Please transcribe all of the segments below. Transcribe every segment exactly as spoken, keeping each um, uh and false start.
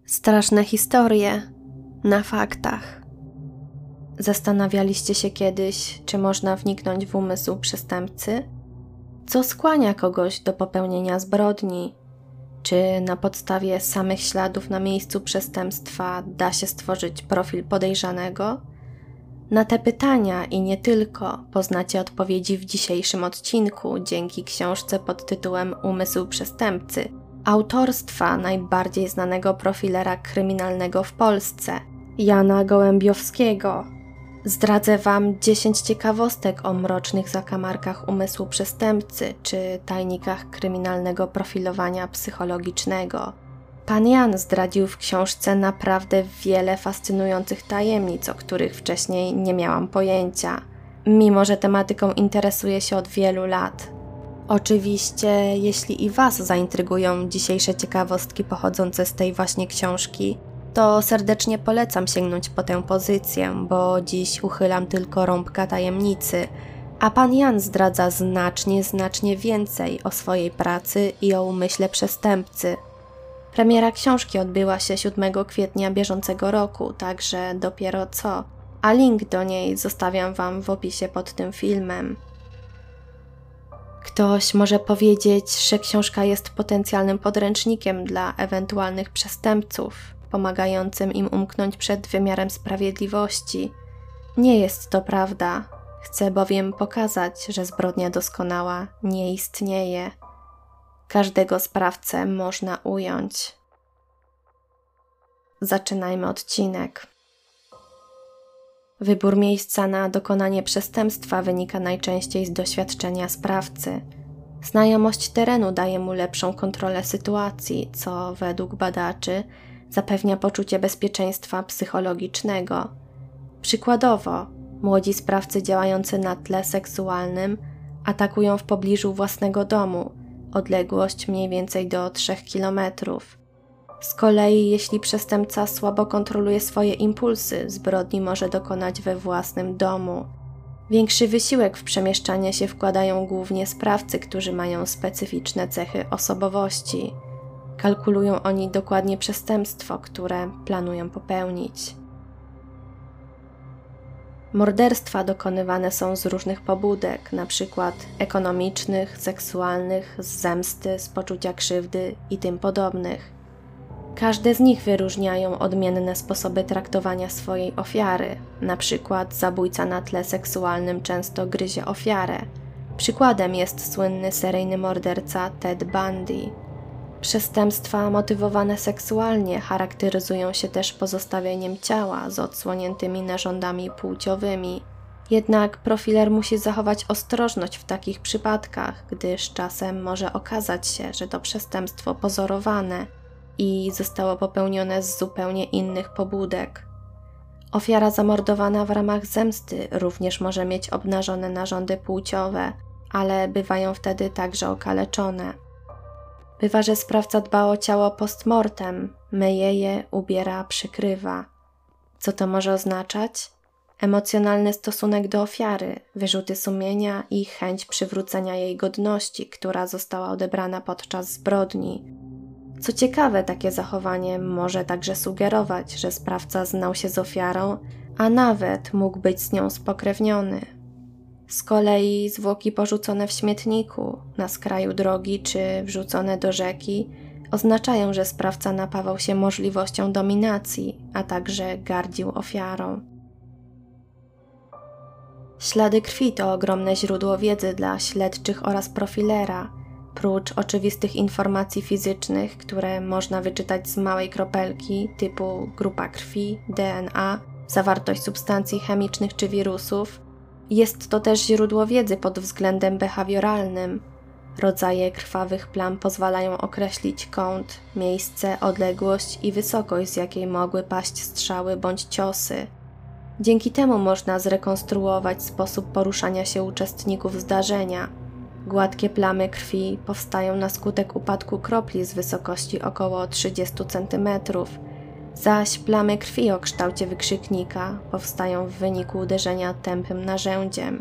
Straszne historie na faktach. Zastanawialiście się kiedyś, czy można wniknąć w umysł przestępcy? Co skłania kogoś do popełnienia zbrodni? Czy na podstawie samych śladów na miejscu przestępstwa da się stworzyć profil podejrzanego? Na te pytania i nie tylko poznacie odpowiedzi w dzisiejszym odcinku dzięki książce pod tytułem Umysł przestępcy, autorstwa najbardziej znanego profilera kryminalnego w Polsce, Jana Gołębiowskiego. Zdradzę Wam dziesięć ciekawostek o mrocznych zakamarkach umysłu przestępcy czy tajnikach kryminalnego profilowania psychologicznego. Pan Jan zdradził w książce naprawdę wiele fascynujących tajemnic, o których wcześniej nie miałam pojęcia, mimo że tematyką interesuję się od wielu lat. Oczywiście, jeśli i Was zaintrygują dzisiejsze ciekawostki pochodzące z tej właśnie książki, to serdecznie polecam sięgnąć po tę pozycję, bo dziś uchylam tylko rąbka tajemnicy, a Pan Jan zdradza znacznie, znacznie więcej o swojej pracy i o umyśle przestępcy. Premiera książki odbyła się siódmego kwietnia bieżącego roku, także dopiero co, a link do niej zostawiam Wam w opisie pod tym filmem. Ktoś może powiedzieć, że książka jest potencjalnym podręcznikiem dla ewentualnych przestępców, pomagającym im umknąć przed wymiarem sprawiedliwości. Nie jest to prawda. Chcę bowiem pokazać, że zbrodnia doskonała nie istnieje. Każdego sprawcę można ująć. Zaczynajmy odcinek. Wybór miejsca na dokonanie przestępstwa wynika najczęściej z doświadczenia sprawcy. Znajomość terenu daje mu lepszą kontrolę sytuacji, co według badaczy zapewnia poczucie bezpieczeństwa psychologicznego. Przykładowo, młodzi sprawcy działający na tle seksualnym atakują w pobliżu własnego domu, odległość mniej więcej do trzech kilometrów. Z kolei jeśli przestępca słabo kontroluje swoje impulsy, zbrodni może dokonać we własnym domu. Większy wysiłek w przemieszczanie się wkładają głównie sprawcy, którzy mają specyficzne cechy osobowości. Kalkulują oni dokładnie przestępstwo, które planują popełnić. Morderstwa dokonywane są z różnych pobudek, np. ekonomicznych, seksualnych, z zemsty, z poczucia krzywdy i tym podobnych. Każde z nich wyróżniają odmienne sposoby traktowania swojej ofiary, np. zabójca na tle seksualnym często gryzie ofiarę. Przykładem jest słynny seryjny morderca Ted Bundy. Przestępstwa motywowane seksualnie charakteryzują się też pozostawieniem ciała z odsłoniętymi narządami płciowymi. Jednak profiler musi zachować ostrożność w takich przypadkach, gdyż czasem może okazać się, że to przestępstwo pozorowane i zostało popełnione z zupełnie innych pobudek. Ofiara zamordowana w ramach zemsty również może mieć obnażone narządy płciowe, ale bywają wtedy także okaleczone. Bywa, że sprawca dba o ciało post mortem, myje je, ubiera, przykrywa. Co to może oznaczać? Emocjonalny stosunek do ofiary, wyrzuty sumienia i chęć przywrócenia jej godności, która została odebrana podczas zbrodni. Co ciekawe, takie zachowanie może także sugerować, że sprawca znał się z ofiarą, a nawet mógł być z nią spokrewniony. Z kolei zwłoki porzucone w śmietniku, na skraju drogi czy wrzucone do rzeki oznaczają, że sprawca napawał się możliwością dominacji, a także gardził ofiarą. Ślady krwi to ogromne źródło wiedzy dla śledczych oraz profilera. Prócz oczywistych informacji fizycznych, które można wyczytać z małej kropelki typu grupa krwi, D N A, zawartość substancji chemicznych czy wirusów, jest to też źródło wiedzy pod względem behawioralnym. Rodzaje krwawych plam pozwalają określić kąt, miejsce, odległość i wysokość, z jakiej mogły paść strzały bądź ciosy. Dzięki temu można zrekonstruować sposób poruszania się uczestników zdarzenia. Gładkie plamy krwi powstają na skutek upadku kropli z wysokości około trzydzieści centymetrów, zaś plamy krwi o kształcie wykrzyknika powstają w wyniku uderzenia tępym narzędziem.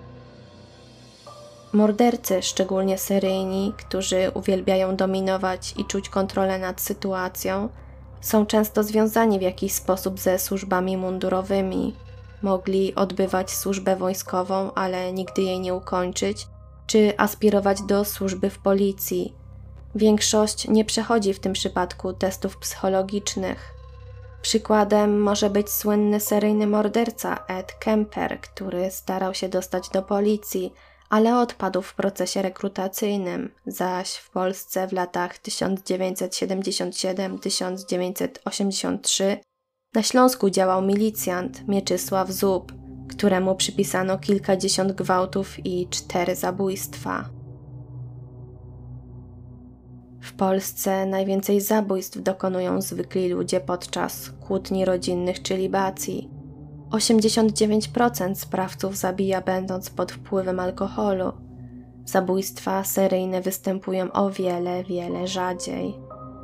Mordercy, szczególnie seryjni, którzy uwielbiają dominować i czuć kontrolę nad sytuacją, Są często związani w jakiś sposób ze służbami mundurowymi. Mogli odbywać służbę wojskową, ale nigdy jej nie ukończyć, czy aspirować do służby w policji. Większość nie przechodzi w tym przypadku testów psychologicznych. Przykładem może być słynny seryjny morderca Ed Kemper, który starał się dostać do policji, ale odpadł w procesie rekrutacyjnym, zaś w Polsce w latach tysiąc dziewięćset siedemdziesiąt siedem do tysiąc dziewięćset osiemdziesiąt trzy na Śląsku działał milicjant Mieczysław Zub, któremu przypisano kilkadziesiąt gwałtów i cztery zabójstwa. W Polsce najwięcej zabójstw dokonują zwykli ludzie podczas kłótni rodzinnych czy libacji. osiemdziesiąt dziewięć procent sprawców zabija będąc pod wpływem alkoholu. Zabójstwa seryjne występują o wiele, wiele rzadziej.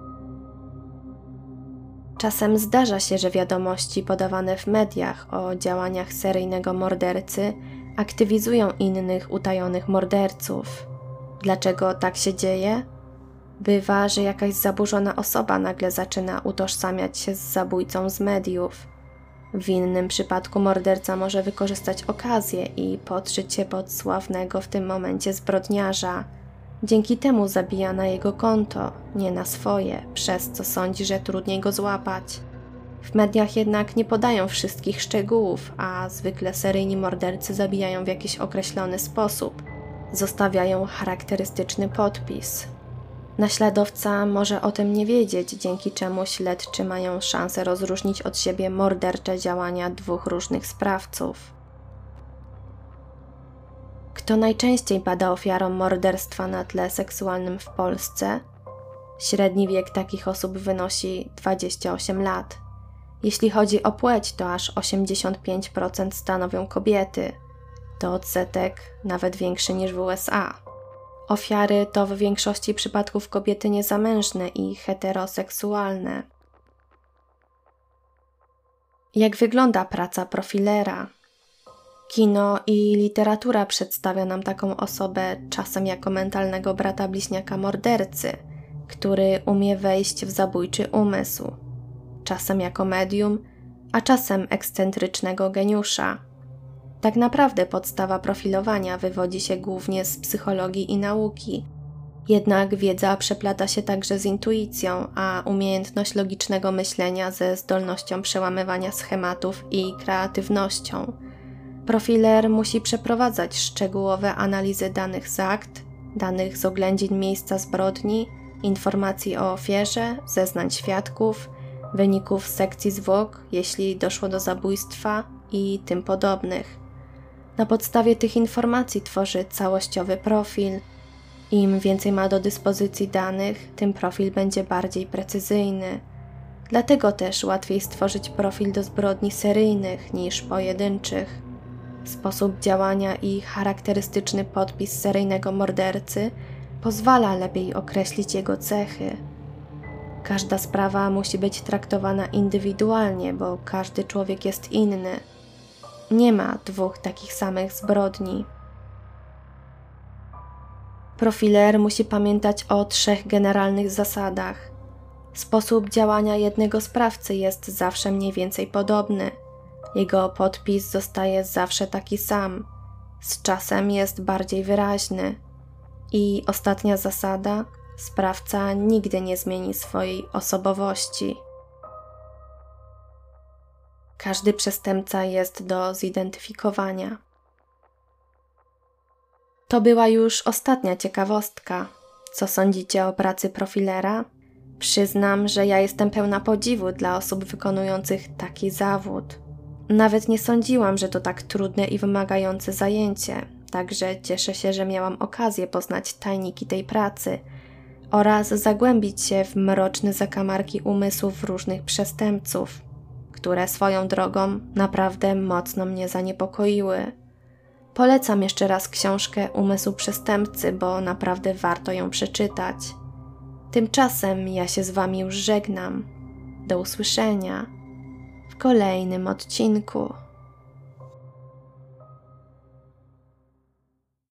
Czasem zdarza się, że wiadomości podawane w mediach o działaniach seryjnego mordercy aktywizują innych utajonych morderców. Dlaczego tak się dzieje? Bywa, że jakaś zaburzona osoba nagle zaczyna utożsamiać się z zabójcą z mediów. W innym przypadku morderca może wykorzystać okazję i podszyć się pod sławnego w tym momencie zbrodniarza. Dzięki temu zabija na jego konto, nie na swoje, przez co sądzi, że trudniej go złapać. W mediach jednak nie podają wszystkich szczegółów, a zwykle seryjni mordercy zabijają w jakiś określony sposób. Zostawiają charakterystyczny podpis. Naśladowca może o tym nie wiedzieć, dzięki czemu śledczy mają szansę rozróżnić od siebie mordercze działania dwóch różnych sprawców. Kto najczęściej pada ofiarą morderstwa na tle seksualnym w Polsce? Średni wiek takich osób wynosi dwadzieścia osiem lat. Jeśli chodzi o płeć, to aż osiemdziesiąt pięć procent stanowią kobiety. To odsetek nawet większy niż w U S A. Ofiary to w większości przypadków kobiety niezamężne i heteroseksualne. Jak wygląda praca profilera? Kino i literatura przedstawia nam taką osobę czasem jako mentalnego brata bliźniaka mordercy, który umie wejść w zabójczy umysł, czasem jako medium, a czasem ekscentrycznego geniusza. Tak naprawdę podstawa profilowania wywodzi się głównie z psychologii i nauki. Jednak wiedza przeplata się także z intuicją, a umiejętność logicznego myślenia ze zdolnością przełamywania schematów i kreatywnością. Profiler musi przeprowadzać szczegółowe analizy danych z akt, danych z oględzin miejsca zbrodni, informacji o ofierze, zeznań świadków, wyników sekcji zwłok, jeśli doszło do zabójstwa i tym podobnych. Na podstawie tych informacji tworzy całościowy profil. Im więcej ma do dyspozycji danych, tym profil będzie bardziej precyzyjny. Dlatego też łatwiej stworzyć profil do zbrodni seryjnych niż pojedynczych. Sposób działania i charakterystyczny podpis seryjnego mordercy pozwala lepiej określić jego cechy. Każda sprawa musi być traktowana indywidualnie, bo każdy człowiek jest inny. Nie ma dwóch takich samych zbrodni. Profiler musi pamiętać o trzech generalnych zasadach. Sposób działania jednego sprawcy jest zawsze mniej więcej podobny. Jego podpis zostaje zawsze taki sam. Z czasem jest bardziej wyraźny. I ostatnia zasada: sprawca nigdy nie zmieni swojej osobowości. Każdy przestępca jest do zidentyfikowania. To była już ostatnia ciekawostka. Co sądzicie o pracy profilera? Przyznam, że ja jestem pełna podziwu dla osób wykonujących taki zawód. Nawet nie sądziłam, że to tak trudne i wymagające zajęcie, także cieszę się, że miałam okazję poznać tajniki tej pracy oraz zagłębić się w mroczne zakamarki umysłów różnych przestępców, które swoją drogą naprawdę mocno mnie zaniepokoiły. Polecam jeszcze raz książkę Umysł przestępcy, bo naprawdę warto ją przeczytać. Tymczasem ja się z Wami już żegnam. Do usłyszenia w kolejnym odcinku.